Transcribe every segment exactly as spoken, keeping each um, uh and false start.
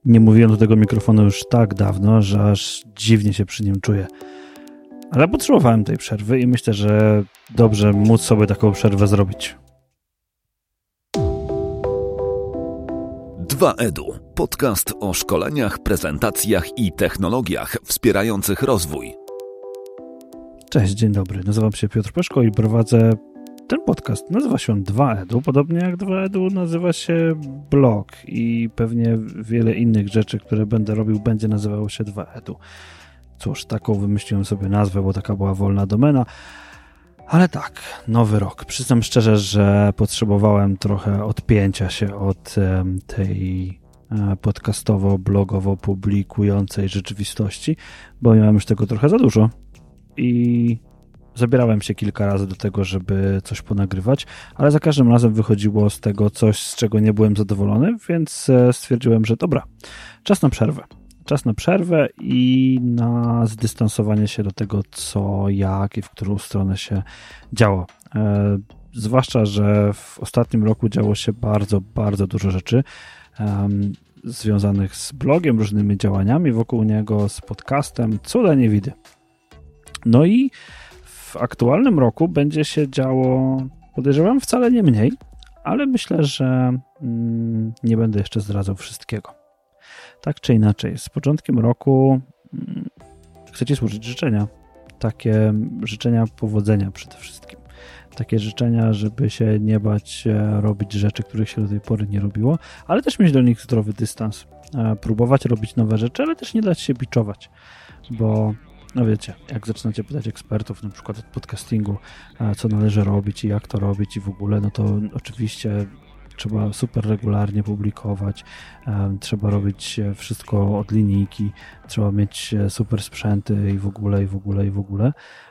Nie mówiłem do tego mikrofonu już tak dawno, że aż dziwnie się przy nim czuję. Ale potrzebowałem tej przerwy i myślę, że dobrze móc sobie taką przerwę zrobić. dwa edu. Podcast o szkoleniach, prezentacjach i technologiach wspierających rozwój. Cześć, dzień dobry. Nazywam się Piotr Peszko i prowadzę ten podcast. Nazywa się on dwa edu, podobnie jak dwa edu nazywa się blog i pewnie wiele innych rzeczy, które będę robił, będzie nazywało się dwa edu. Cóż, taką wymyśliłem sobie nazwę, bo taka była wolna domena. Ale tak, nowy rok. Przyznam szczerze, że potrzebowałem trochę odpięcia się od um, tej podcastowo-blogowo publikującej rzeczywistości, bo miałem już tego trochę za dużo i zabierałem się kilka razy do tego, żeby coś ponagrywać, ale za każdym razem wychodziło z tego coś, z czego nie byłem zadowolony, więc stwierdziłem, że dobra, czas na przerwę. Czas na przerwę i na zdystansowanie się do tego, co, jak i w którą stronę się działo. E, zwłaszcza, że w ostatnim roku działo się bardzo, bardzo dużo rzeczy um, związanych z blogiem, różnymi działaniami wokół niego, z podcastem, cuda nie widy. No i w aktualnym roku będzie się działo, podejrzewam, wcale nie mniej, ale myślę, że mm, nie będę jeszcze zdradzał wszystkiego. Tak czy inaczej, z początkiem roku mm, chcę Ci służyć życzenia. Takie życzenia powodzenia przede wszystkim. Takie życzenia, żeby się nie bać robić rzeczy, których się do tej pory nie robiło, ale też mieć do nich zdrowy dystans. Próbować robić nowe rzeczy, ale też nie dać się biczować, bo no wiecie, jak zaczynacie pytać ekspertów, na przykład od podcastingu, co należy robić i jak to robić i w ogóle, no to oczywiście trzeba super regularnie publikować, trzeba robić wszystko od linijki, trzeba mieć super sprzęty i w ogóle, i w ogóle, i w ogóle.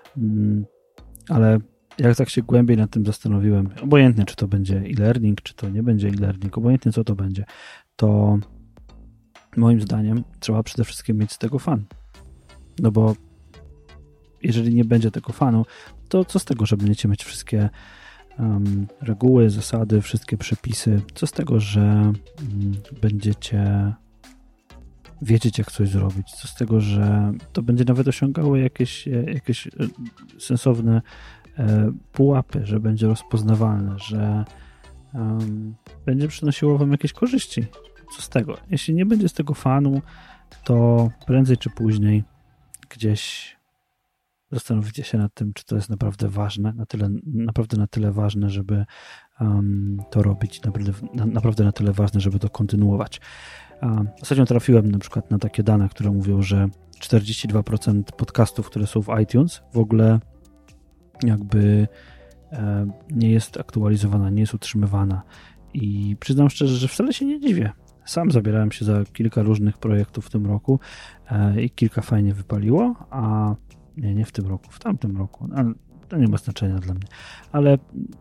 Ale jak tak się głębiej nad tym zastanowiłem, obojętnie czy to będzie e-learning, czy to nie będzie e-learning, obojętnie co to będzie, to moim zdaniem trzeba przede wszystkim mieć z tego fan. No bo jeżeli nie będzie tego fanu, to co z tego, że będziecie mieć wszystkie um, reguły, zasady, wszystkie przepisy? Co z tego, że um, będziecie wiedzieć, jak coś zrobić? Co z tego, że to będzie nawet osiągało jakieś, jakieś sensowne e, pułapy, że będzie rozpoznawalne, że um, będzie przynosiło wam jakieś korzyści? Co z tego? Jeśli nie będzie z tego fanu, to prędzej czy później gdzieś zastanowicie się nad tym, czy to jest naprawdę ważne, na tyle, naprawdę na tyle ważne, żeby um, to robić, naprawdę na, naprawdę na tyle ważne, żeby to kontynuować. Um, ostatnio trafiłem na przykład na takie dane, które mówią, że czterdzieści dwa procent podcastów, które są w iTunes, w ogóle jakby e, nie jest aktualizowana, nie jest utrzymywana i przyznam szczerze, że wcale się nie dziwię. Sam zabierałem się za kilka różnych projektów w tym roku e, i kilka fajnie wypaliło, a nie, nie w tym roku, w tamtym roku. Ale to nie ma znaczenia dla mnie. Ale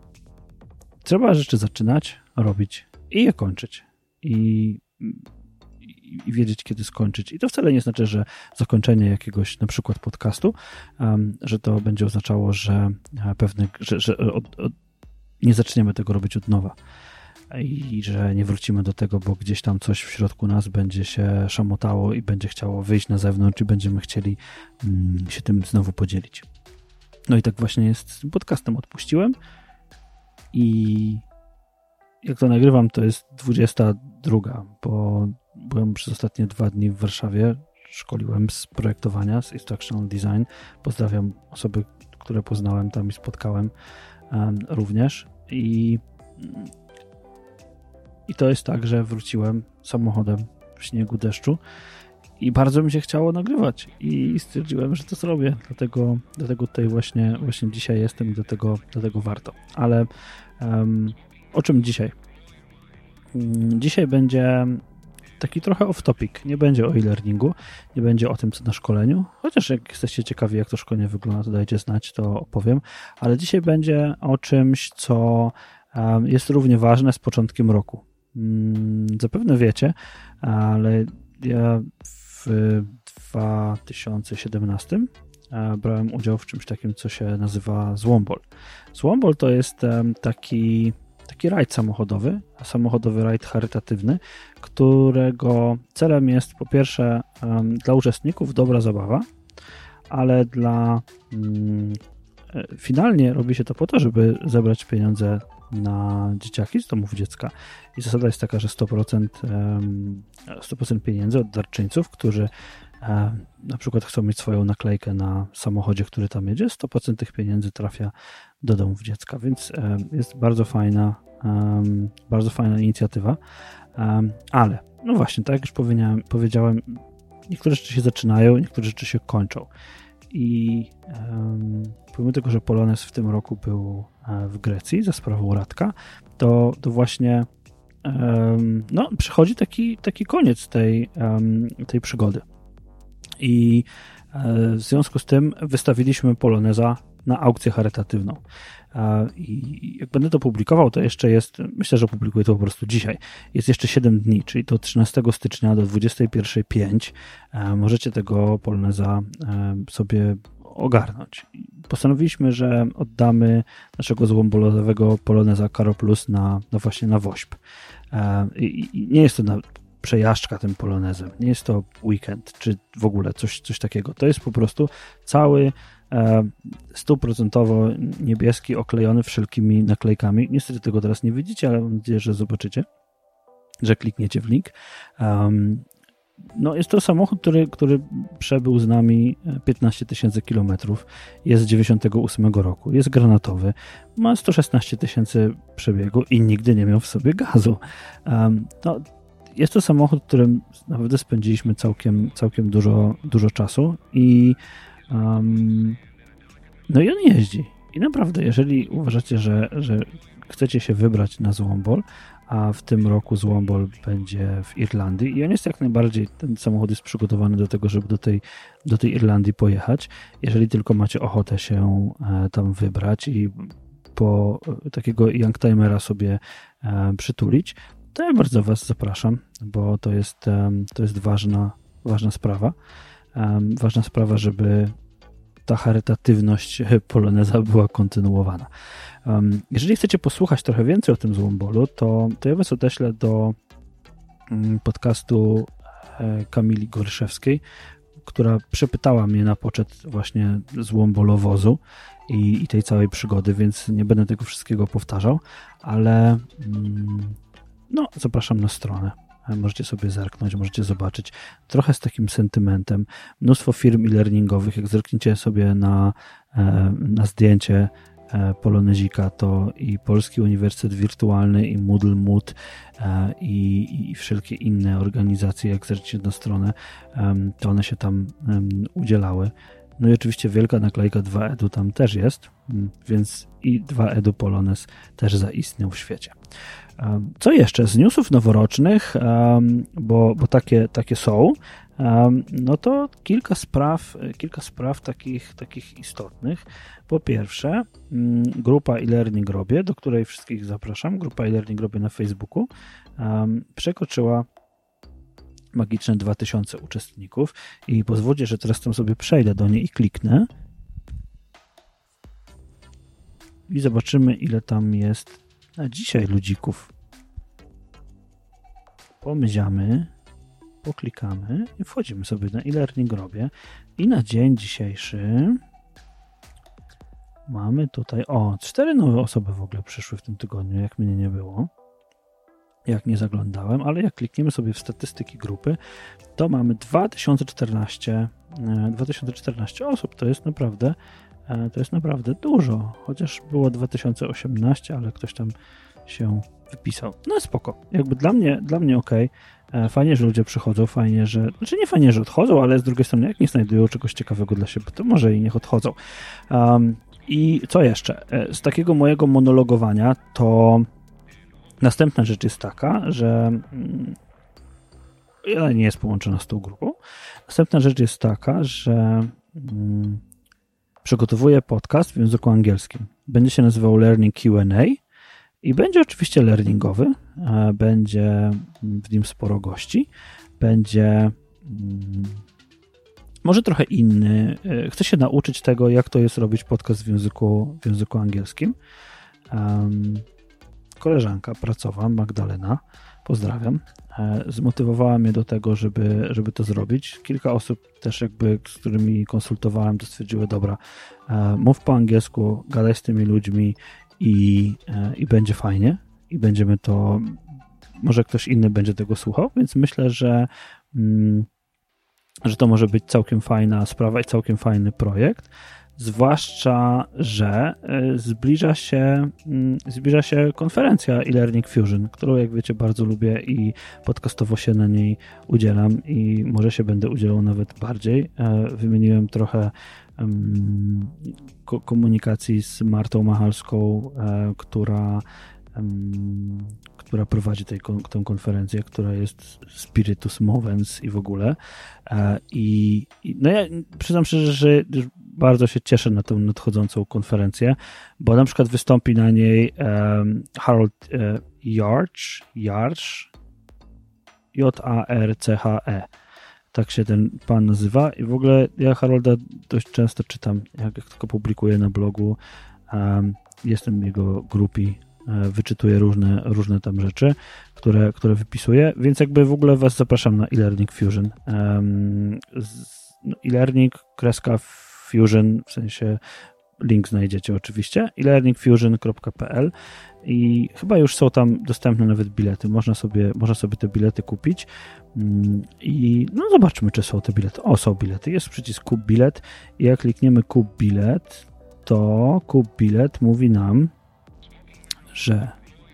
trzeba rzeczy zaczynać, robić i je kończyć. I, i, i wiedzieć, kiedy skończyć. I to wcale nie znaczy, że zakończenie jakiegoś na przykład podcastu, um, że to będzie oznaczało, że pewne, że, że od, od, nie zaczniemy tego robić od nowa. I że nie wrócimy do tego, bo gdzieś tam coś w środku nas będzie się szamotało i będzie chciało wyjść na zewnątrz i będziemy chcieli mm, się tym znowu podzielić. No i tak właśnie jest z tym podcastem. Odpuściłem i jak to nagrywam, to jest dwudziesta druga, bo byłem przez ostatnie dwa dni w Warszawie, szkoliłem z projektowania, z instructional design. Pozdrawiam osoby, które poznałem tam i spotkałem um, również i I to jest tak, że wróciłem samochodem w śniegu, deszczu i bardzo mi się chciało nagrywać i stwierdziłem, że to zrobię. Dlatego, dlatego tutaj właśnie, właśnie dzisiaj jestem i do tego, do tego warto. Ale um, o czym dzisiaj? Dzisiaj będzie taki trochę off topic. Nie będzie o e-learningu, nie będzie o tym, co na szkoleniu. Chociaż jak jesteście ciekawi, jak to szkolenie wygląda, to dajcie znać, to opowiem. Ale dzisiaj będzie o czymś, co um, jest równie ważne z początkiem roku. Zapewne wiecie, ale ja w dwa tysiące siedemnastym brałem udział w czymś takim, co się nazywa Złombol. Złombol to jest taki taki rajd samochodowy, samochodowy rajd charytatywny, którego celem jest po pierwsze um, dla uczestników dobra zabawa, ale dla um, finalnie robi się to po to, żeby zebrać pieniądze na dzieciaki z domów dziecka. I zasada jest taka, że sto procent, sto procent pieniędzy od darczyńców, którzy na przykład chcą mieć swoją naklejkę na samochodzie, który tam jedzie, sto procent tych pieniędzy trafia do domów dziecka, więc jest bardzo fajna, bardzo fajna inicjatywa, ale no właśnie, tak jak już powiedziałem, powiedziałem niektóre rzeczy się zaczynają, niektóre rzeczy się kończą. I um, pomimo tego, że Polonez w tym roku był w Grecji za sprawą Radka, to, to właśnie um, no, przychodzi taki, taki koniec tej, um, tej przygody. I e, w związku z tym wystawiliśmy Poloneza na aukcję charytatywną. E, I jak będę to publikował, to jeszcze jest, myślę, że publikuję to po prostu dzisiaj, jest jeszcze siedem dni, czyli do trzynastego stycznia do dwudziestej pierwszej pięć e, możecie tego Poloneza e, sobie ogarnąć. Postanowiliśmy, że oddamy naszego złombolowego Poloneza Karo Plus na, no właśnie na Wośp. E, i, I nie jest to na przejażdżka tym Polonezem, nie jest to weekend, czy w ogóle coś, coś takiego. To jest po prostu cały stuprocentowo niebieski, oklejony wszelkimi naklejkami. Niestety tego teraz nie widzicie, ale mam nadzieję, że zobaczycie, że klikniecie w link. Um, no jest to samochód, który, który przebył z nami piętnaście tysięcy kilometrów, jest z dziewięćdziesiątego ósmego roku, jest granatowy, ma sto szesnaście tysięcy przebiegu i nigdy nie miał w sobie gazu. Um, no, jest to samochód, w którym naprawdę spędziliśmy całkiem, całkiem dużo, dużo czasu i um, no i on jeździ. I naprawdę, jeżeli uważacie, że, że chcecie się wybrać na Złombol, a w tym roku Złombol będzie w Irlandii i on jest jak najbardziej, ten samochód jest przygotowany do tego, żeby do tej, do tej Irlandii pojechać. Jeżeli tylko macie ochotę się tam wybrać i po takiego youngtimera sobie przytulić, to ja bardzo was zapraszam, bo to jest, to jest ważna, ważna sprawa. Ważna sprawa, żeby ta charytatywność Poloneza była kontynuowana. Jeżeli chcecie posłuchać trochę więcej o tym Złombolu, to, to ja was odeślę do podcastu Kamili Goryszewskiej, która przepytała mnie na poczet właśnie Złombolowozu i, i tej całej przygody, więc nie będę tego wszystkiego powtarzał, ale no, zapraszam na stronę. Możecie sobie zerknąć, możecie zobaczyć. Trochę z takim sentymentem. Mnóstwo firm e-learningowych. Jak zerkniecie sobie na, na zdjęcie Polonezika, to i Polski Uniwersytet Wirtualny, i Moodle Mood, i, i wszelkie inne organizacje, jak zerkniecie na stronę, to one się tam udzielały. No i oczywiście wielka naklejka dwa edu tam też jest, więc i dwa edu Polonez też zaistniał w świecie. Co jeszcze? Z newsów noworocznych, bo, bo takie, takie są, no to kilka spraw, kilka spraw takich, takich istotnych. Po pierwsze, grupa e-learning robię, do której wszystkich zapraszam, grupa e-learning robię na Facebooku, przekroczyła magiczne dwa tysiące uczestników i pozwólcie, że teraz tam sobie przejdę do niej i kliknę i zobaczymy, ile tam jest na dzisiaj ludzików. Pomyziamy, poklikamy i wchodzimy sobie na e-learning robię i na dzień dzisiejszy mamy tutaj, o, cztery nowe osoby w ogóle przyszły w tym tygodniu, jak mnie nie było, jak nie zaglądałem, ale jak klikniemy sobie w statystyki grupy, to mamy dwa tysiące czternaście osób, to jest naprawdę to jest naprawdę dużo, chociaż było dwa tysiące osiemnaście, ale ktoś tam się wypisał. No spoko, jakby dla mnie, dla mnie okej. Okay. Fajnie, że ludzie przychodzą, fajnie, że, znaczy nie fajnie, że odchodzą, ale z drugiej strony, jak nie znajdują czegoś ciekawego dla siebie, to może i niech odchodzą. Um, I co jeszcze? Z takiego mojego monologowania to następna rzecz jest taka, że ona nie jest połączona z tą grupą. Następna rzecz jest taka, że mm, przygotowuję podcast w języku angielskim. Będzie się nazywał Learning Q and A i będzie oczywiście learningowy. Będzie w nim sporo gości. Będzie mm, może trochę inny. Chcę się nauczyć tego, jak to jest robić podcast w języku, w języku angielskim. Um, koleżanka pracowa, Magdalena, pozdrawiam, zmotywowała mnie do tego, żeby, żeby to zrobić. Kilka osób też jakby, z którymi konsultowałem, to stwierdziły, dobra, mów po angielsku, gadaj z tymi ludźmi i, i będzie fajnie i będziemy to, może ktoś inny będzie tego słuchał, więc myślę, że mm, że to może być całkiem fajna sprawa i całkiem fajny projekt, zwłaszcza, że zbliża się, zbliża się konferencja e-Learning Fusion, którą, jak wiecie, bardzo lubię i podcastowo się na niej udzielam i może się będę udzielał nawet bardziej. Wymieniłem trochę komunikacji z Martą Machalską, która która prowadzi tej, tę konferencję, która jest Spiritus Movens i w ogóle. I, i no ja przyznam szczerze, że bardzo się cieszę na tę nadchodzącą konferencję, bo na przykład wystąpi na niej um, Harold uh, Yarch, Yarch, J A R C H E. Tak się ten pan nazywa i w ogóle ja Harolda dość często czytam, jak, jak tylko publikuję na blogu. Um, jestem jego groupie, wyczytuję różne, różne tam rzeczy, które, które wypisuję, więc jakby w ogóle was zapraszam na e-Learning Fusion. Um, e-Learning, kreska Fusion, w sensie link znajdziecie oczywiście, e learning fusion kropka p l i chyba już są tam dostępne nawet bilety. Można sobie, można sobie te bilety kupić i no zobaczmy, czy są te bilety. O, są bilety. Jest przycisk kup bilet i jak klikniemy kup bilet, to kup bilet mówi nam, że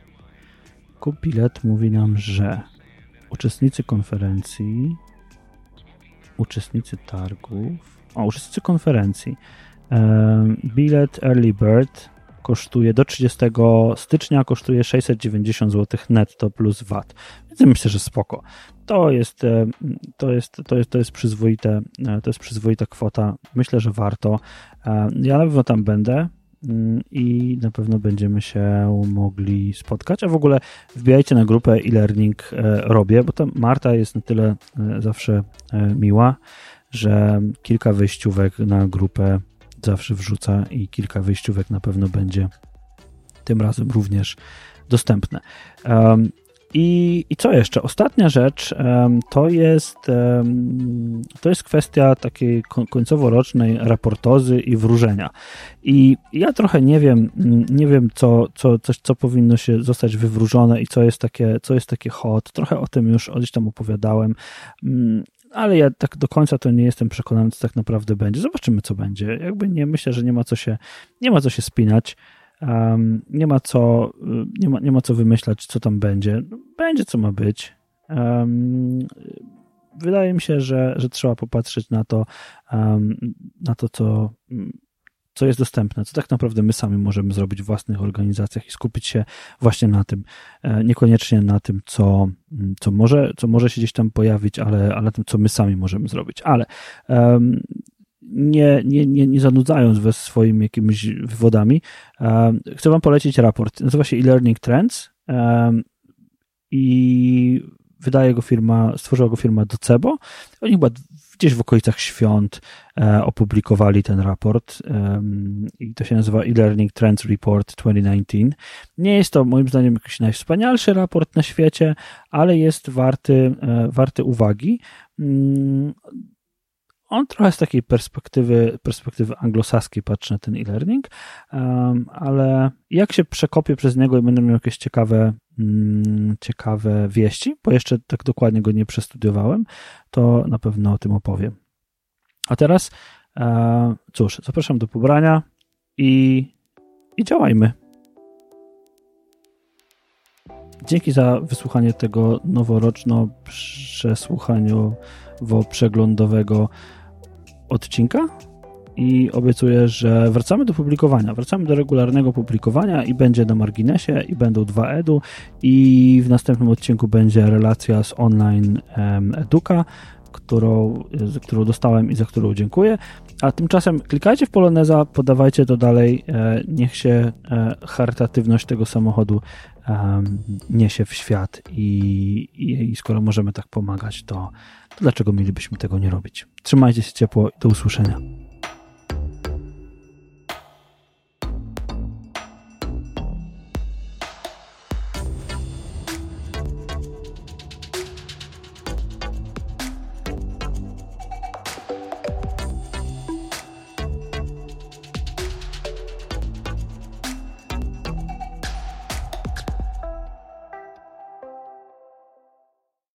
kup bilet mówi nam, że uczestnicy konferencji, uczestnicy targów, o, uczestnicy konferencji, um, bilet Early Bird kosztuje do trzydziestego stycznia kosztuje sześćset dziewięćdziesiąt złotych netto plus V A T. Więc myślę, że spoko. To jest, to jest, to jest, to jest przyzwoite, to jest przyzwoita kwota. Myślę, że warto. Ja na pewno tam będę i na pewno będziemy się mogli spotkać, a w ogóle wbijajcie na grupę e-learning robię, bo tam Marta jest na tyle zawsze miła, że kilka wyjściówek na grupę zawsze wrzuca i kilka wyjściówek na pewno będzie tym razem również dostępne. Um, I, I co jeszcze? Ostatnia rzecz um, to jest um, to jest kwestia takiej końcoworocznej raportozy i wróżenia. I ja trochę nie wiem, nie wiem co, co, coś, co powinno się zostać wywróżone i co jest takie, co jest takie hot. Trochę o tym już gdzieś tam opowiadałem. Um, ale ja tak do końca to nie jestem przekonany, co tak naprawdę będzie. Zobaczymy, co będzie. Jakby nie, myślę, że nie ma co się, nie ma co się spinać. Um, nie ma co, nie ma, nie ma co wymyślać, co tam będzie. Będzie, co ma być. Um, wydaje mi się, że, że trzeba popatrzeć na to, um, na to, co, co jest dostępne, co tak naprawdę my sami możemy zrobić w własnych organizacjach i skupić się właśnie na tym, niekoniecznie na tym, co, co, może, co może się gdzieś tam pojawić, ale, ale na tym, co my sami możemy zrobić. Ale um, nie, nie, nie, nie zanudzając was swoimi jakimiś wywodami, um, chcę wam polecić raport. Nazywa się e-Learning Trends um, i wydaje go firma, stworzyła go firma Docebo. Oni chyba gdzieś w okolicach świąt e, opublikowali ten raport e, i to się nazywa e-Learning Trends Report dwa tysiące dziewiętnaście. Nie jest to moim zdaniem jakiś najwspanialszy raport na świecie, ale jest warty, e, warty uwagi. Mm, on trochę z takiej perspektywy, perspektywy anglosaskiej patrzy na ten e-learning, um, ale jak się przekopię przez niego i będę miał jakieś ciekawe, mm, ciekawe wieści, bo jeszcze tak dokładnie go nie przestudiowałem, to na pewno o tym opowiem. A teraz, e, cóż, zapraszam do pobrania i, i działajmy. Dzięki za wysłuchanie tego noworoczno-przesłuchaniowo-przeglądowego odcinka i obiecuję, że wracamy do publikowania. Wracamy do regularnego publikowania i będzie na marginesie i będą dwa edu i w następnym odcinku będzie relacja z online eduka, którą, którą dostałem i za którą dziękuję. A tymczasem klikajcie w Poloneza, podawajcie to dalej, niech się charytatywność tego samochodu niesie w świat i, i, i skoro możemy tak pomagać, to, to dlaczego mielibyśmy tego nie robić? Trzymajcie się ciepło i do usłyszenia.